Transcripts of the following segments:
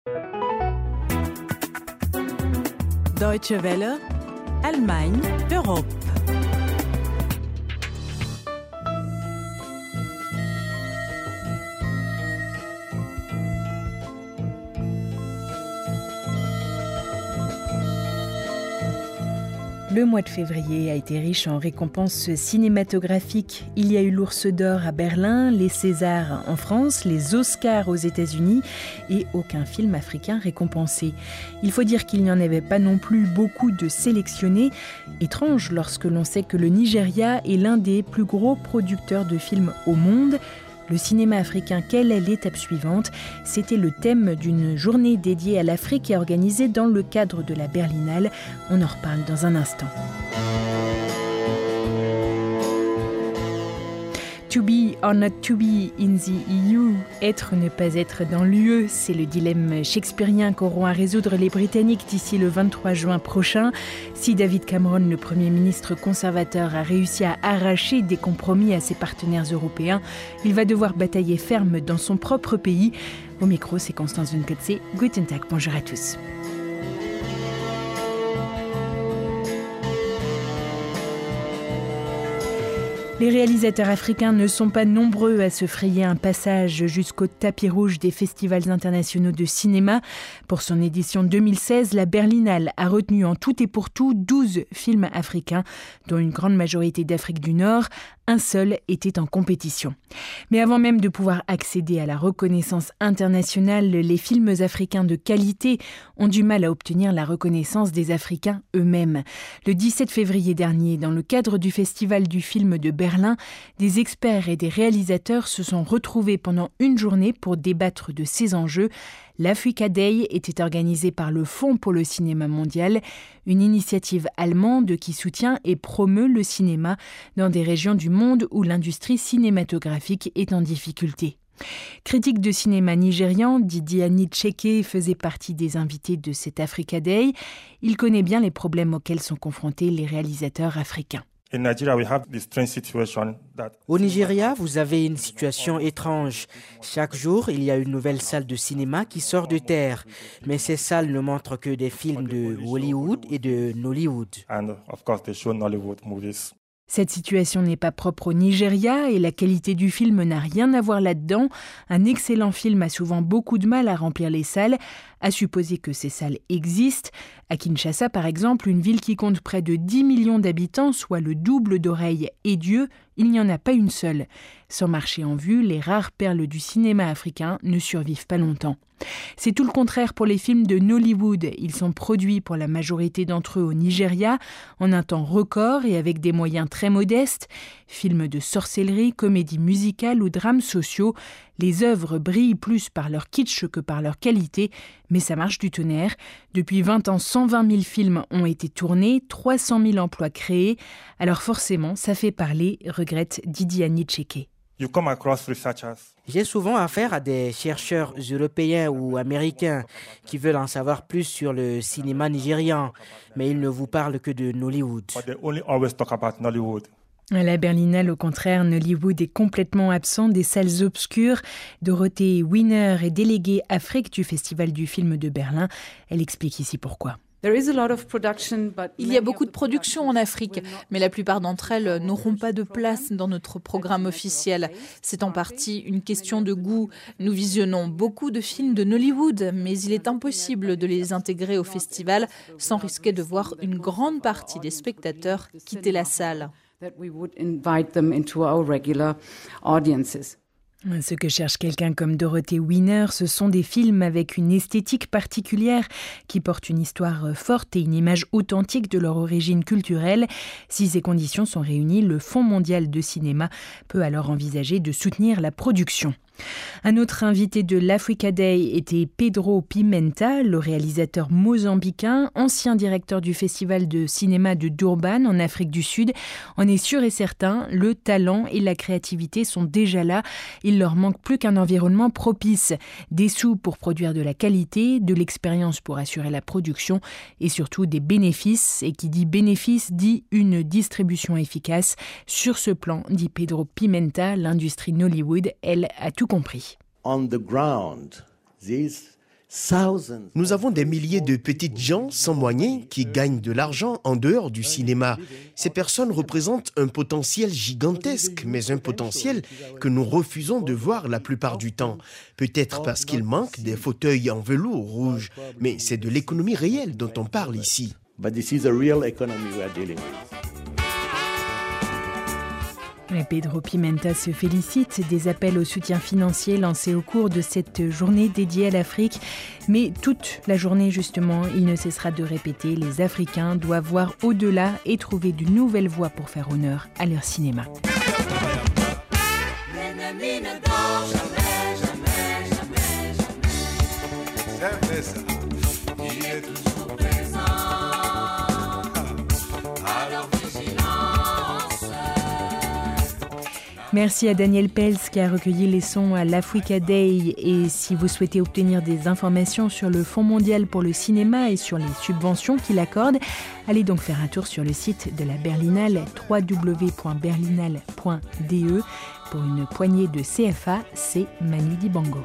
Deutsche Welle, Allemagne, Europe. Le mois de février a été riche en récompenses cinématographiques. Il y a eu l'Ours d'Or à Berlin, les Césars en France, les Oscars aux États-Unis et aucun film africain récompensé. Il faut dire qu'il n'y en avait pas non plus beaucoup de sélectionnés. Étrange lorsque l'on sait que le Nigeria est l'un des plus gros producteurs de films au monde. Le cinéma africain, quelle est l'étape suivante ? C'était le thème d'une journée dédiée à l'Afrique et organisée dans le cadre de la Berlinale. On en reparle dans un instant. To be or not to be in the EU, être ou ne pas être dans l'UE, c'est le dilemme shakespearien qu'auront à résoudre les Britanniques d'ici le 23 juin prochain. Si David Cameron, le Premier ministre conservateur, a réussi à arracher des compromis à ses partenaires européens, il va devoir batailler ferme dans son propre pays. Au micro, c'est Constance Winkotze. Guten Tag, bonjour à tous. Les réalisateurs africains ne sont pas nombreux à se frayer un passage jusqu'au tapis rouge des festivals internationaux de cinéma. Pour son édition 2016, la Berlinale a retenu en tout et pour tout 12 films africains, dont une grande majorité d'Afrique du Nord. Un seul était en compétition. Mais avant même de pouvoir accéder à la reconnaissance internationale, les films africains de qualité ont du mal à obtenir la reconnaissance des Africains eux-mêmes. Le 17 février dernier, dans le cadre du Festival du film de Berlin, des experts et des réalisateurs se sont retrouvés pendant une journée pour débattre de ces enjeux. L'Africa Day était organisée par le Fonds pour le cinéma mondial, une initiative allemande qui soutient et promeut le cinéma dans des régions du monde où l'industrie cinématographique est en difficulté. Critique de cinéma nigérian, Didier Anicheke faisait partie des invités de cet Africa Day. Il connaît bien les problèmes auxquels sont confrontés les réalisateurs africains. Au Nigeria, vous avez une situation étrange. Chaque jour, il y a une nouvelle salle de cinéma qui sort de terre. Mais ces salles ne montrent que des films de Hollywood et de Nollywood. Cette situation n'est pas propre au Nigeria et la qualité du film n'a rien à voir là-dedans. Un excellent film a souvent beaucoup de mal à remplir les salles, à supposer que ces salles existent. À Kinshasa, par exemple, une ville qui compte près de 10 millions d'habitants, soit le double d'Oreille et Dieu, il n'y en a pas une seule. Sans marché en vue, les rares perles du cinéma africain ne survivent pas longtemps. C'est tout le contraire pour les films de Nollywood. Ils sont produits pour la majorité d'entre eux au Nigeria, en un temps record et avec des moyens très modestes. Films de sorcellerie, comédies musicales ou drames sociaux, les œuvres brillent plus par leur kitsch que par leur qualité, mais ça marche du tonnerre. Depuis 20 ans, 120 000 films ont été tournés, 300 000 emplois créés. Alors forcément, ça fait parler, regrette Didier Anicheke. J'ai souvent affaire à des chercheurs européens ou américains qui veulent en savoir plus sur le cinéma nigérian, mais ils ne vous parlent que de Nollywood. À la Berlinale, au contraire, Nollywood est complètement absent des salles obscures. Dorothée Wiener est déléguée Afrique du Festival du film de Berlin. Elle explique ici pourquoi. Il y a beaucoup de productions en Afrique, mais la plupart d'entre elles n'auront pas de place dans notre programme officiel. C'est en partie une question de goût. Nous visionnons beaucoup de films de Nollywood, mais il est impossible de les intégrer au festival sans risquer de voir une grande partie des spectateurs quitter la salle. Ce que cherche quelqu'un comme Dorothée Wiener, ce sont des films avec une esthétique particulière qui portent une histoire forte et une image authentique de leur origine culturelle. Si ces conditions sont réunies, le Fonds mondial de cinéma peut alors envisager de soutenir la production. Un autre invité de l'Africa Day était Pedro Pimenta, le réalisateur mozambicain, ancien directeur du festival de cinéma de Durban en Afrique du Sud. On est sûr et certain, le talent et la créativité sont déjà là. Il leur manque plus qu'un environnement propice, des sous pour produire de la qualité, de l'expérience pour assurer la production et surtout des bénéfices. Et qui dit bénéfice dit une distribution efficace. Sur ce plan, dit Pedro Pimenta, l'industrie Nollywood, elle, a tout compris. On the ground, these Nous avons des milliers de petites gens sans moyens qui gagnent de l'argent en dehors du cinéma. Ces personnes représentent un potentiel gigantesque, mais un potentiel que nous refusons de voir la plupart du temps. Peut-être parce qu'il manque des fauteuils en velours rouge, mais c'est de l'économie réelle dont on parle ici. Pedro Pimenta se félicite des appels au soutien financier lancés au cours de cette journée dédiée à l'Afrique. Mais toute la journée, justement, il ne cessera de répéter, les Africains doivent voir au-delà et trouver de nouvelles voies pour faire honneur à leur cinéma. Merci à Daniel Pels qui a recueilli les sons à l'Africa Day. Et si vous souhaitez obtenir des informations sur le Fonds mondial pour le cinéma et sur les subventions qu'il accorde, allez donc faire un tour sur le site de la Berlinale, www.berlinale.de. Pour une poignée de CFA, c'est Manu Dibango.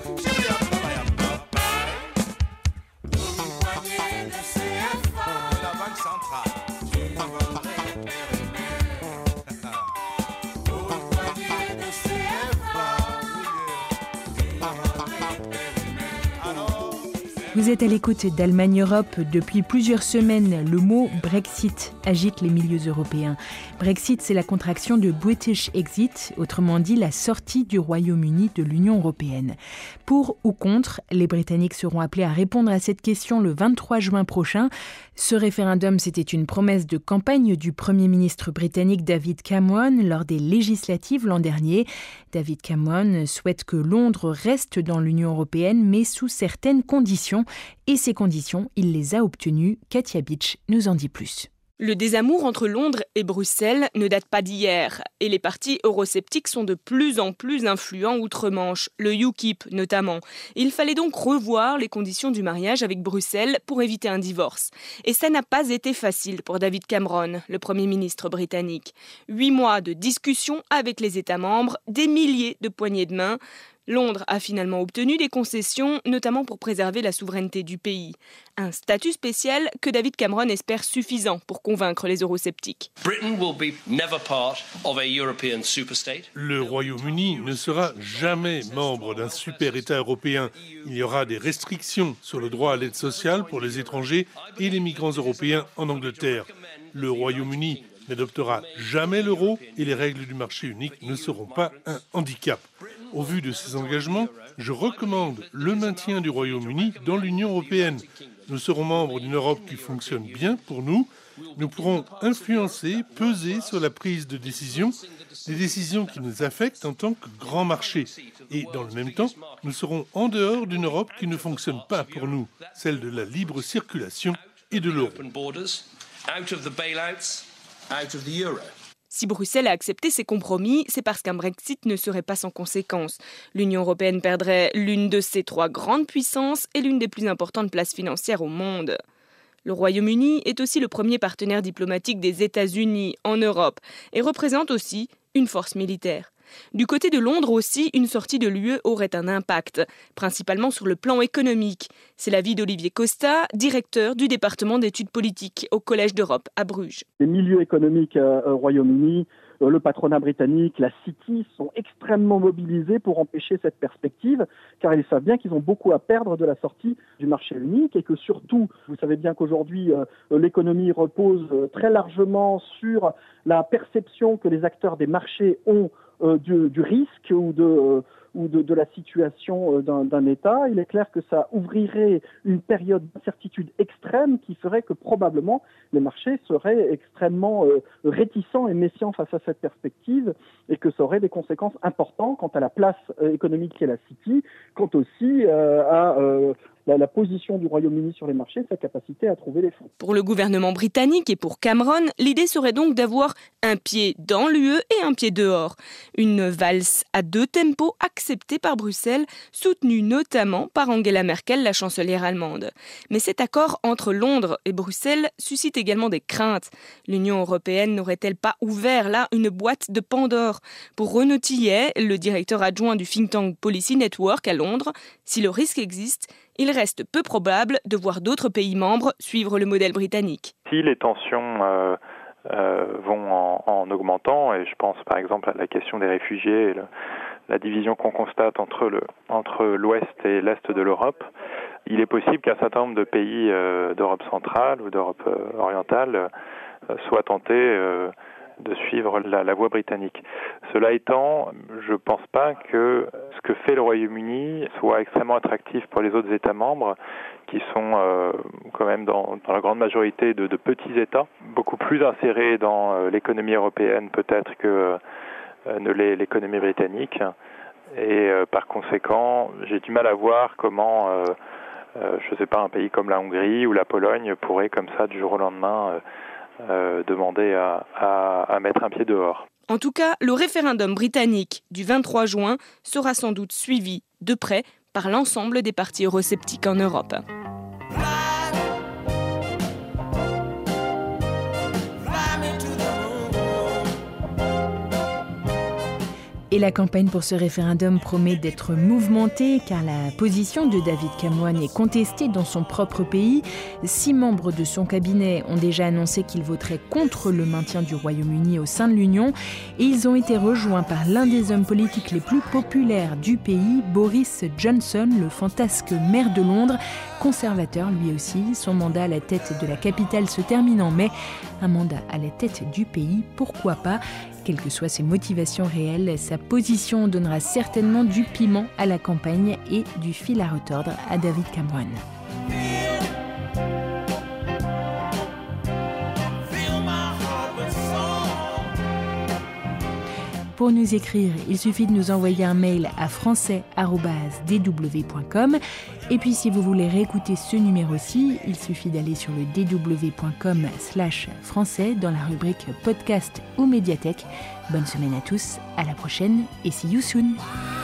Vous êtes à l'écoute d'Allemagne Europe. Depuis plusieurs semaines, le mot Brexit agite les milieux européens. Brexit, c'est la contraction de British Exit, autrement dit la sortie du Royaume-Uni de l'Union européenne. Pour ou contre, les Britanniques seront appelés à répondre à cette question le 23 juin prochain. Ce référendum, c'était une promesse de campagne du Premier ministre britannique David Cameron lors des législatives l'an dernier. David Cameron souhaite que Londres reste dans l'Union européenne, mais sous certaines conditions. Et ces conditions, il les a obtenues. Katia Beach nous en dit plus. Le désamour entre Londres et Bruxelles ne date pas d'hier et les partis eurosceptiques sont de plus en plus influents outre-Manche, le UKIP notamment. Il fallait donc revoir les conditions du mariage avec Bruxelles pour éviter un divorce. Et ça n'a pas été facile pour David Cameron, le Premier ministre britannique. 8 mois de discussions avec les États membres, des milliers de poignées de main. Londres a finalement obtenu des concessions, notamment pour préserver la souveraineté du pays. Un statut spécial que David Cameron espère suffisant pour convaincre les eurosceptiques. Le Royaume-Uni ne sera jamais membre d'un super-État européen. Il y aura des restrictions sur le droit à l'aide sociale pour les étrangers et les migrants européens en Angleterre. Le Royaume-Uni n'adoptera jamais l'euro et les règles du marché unique ne seront pas un handicap. Au vu de ces engagements, je recommande le maintien du Royaume-Uni dans l'Union européenne. Nous serons membres d'une Europe qui fonctionne bien pour nous. Nous pourrons influencer, peser sur la prise de décision, des décisions qui nous affectent en tant que grand marché. Et dans le même temps, nous serons en dehors d'une Europe qui ne fonctionne pas pour nous, celle de la libre circulation et de l'euro. Si Bruxelles a accepté ces compromis, c'est parce qu'un Brexit ne serait pas sans conséquences. L'Union européenne perdrait l'une de ses 3 grandes puissances et l'une des plus importantes places financières au monde. Le Royaume-Uni est aussi le premier partenaire diplomatique des États-Unis en Europe et représente aussi une force militaire. Du côté de Londres aussi, une sortie de l'UE aurait un impact, principalement sur le plan économique. C'est l'avis d'Olivier Costa, directeur du département d'études politiques au Collège d'Europe à Bruges. Les milieux économiques au Royaume-Uni, le patronat britannique, la City sont extrêmement mobilisés pour empêcher cette perspective, car ils savent bien qu'ils ont beaucoup à perdre de la sortie du marché unique et que surtout, vous savez bien qu'aujourd'hui, l'économie repose très largement sur la perception que les acteurs des marchés ont du risque ou de la situation d'un État. Il est clair que ça ouvrirait une période d'incertitude extrême qui ferait que probablement les marchés seraient extrêmement réticents et méfiants face à cette perspective et que ça aurait des conséquences importantes quant à la place économique qu'est la City, quant aussi à la position du Royaume-Uni sur les marchés, sa capacité à trouver les fonds. Pour le gouvernement britannique et pour Cameron, l'idée serait donc d'avoir un pied dans l'UE et un pied dehors. Une valse à 2 tempos acceptée par Bruxelles, soutenue notamment par Angela Merkel, la chancelière allemande. Mais cet accord entre Londres et Bruxelles suscite également des craintes. L'Union européenne n'aurait-elle pas ouvert là une boîte de Pandore ? Pour Renaud Tillet, le directeur adjoint du think tank Policy Network à Londres, Si le risque existe, il reste peu probable de voir d'autres pays membres suivre le modèle britannique. Si les tensions vont en augmentant, et je pense par exemple à la question des réfugiés et la division qu'on constate entre l'ouest et l'est de l'Europe, il est possible qu'un certain nombre de pays d'Europe centrale ou d'Europe orientale soient tentés de suivre la voie britannique. Cela étant, je ne pense pas que ce que fait le Royaume-Uni soit extrêmement attractif pour les autres États membres, qui sont quand même dans la grande majorité de petits États, beaucoup plus insérés dans l'économie européenne peut-être que ne l'est l'économie britannique. Et par conséquent, j'ai du mal à voir comment, je ne sais pas, un pays comme la Hongrie ou la Pologne pourrait comme ça du jour au lendemain demander à mettre un pied dehors. En tout cas, le référendum britannique du 23 juin sera sans doute suivi de près par l'ensemble des partis eurosceptiques en Europe. Et la campagne pour ce référendum promet d'être mouvementée car la position de David Cameron est contestée dans son propre pays. 6 membres de son cabinet ont déjà annoncé qu'ils voteraient contre le maintien du Royaume-Uni au sein de l'Union et ils ont été rejoints par l'un des hommes politiques les plus populaires du pays, Boris Johnson, le fantasque maire de Londres, conservateur lui aussi. Son mandat à la tête de la capitale se termine en mai. Un mandat à la tête du pays, pourquoi pas ? Quelles que soient ses motivations réelles, sa position donnera certainement du piment à la campagne et du fil à retordre à David Cameron. Pour nous écrire, il suffit de nous envoyer un mail à français@dw.com. Et puis si vous voulez réécouter ce numéro-ci, il suffit d'aller sur le dw.com/français dans la rubrique podcast ou médiathèque. Bonne semaine à tous, à la prochaine et see you soon.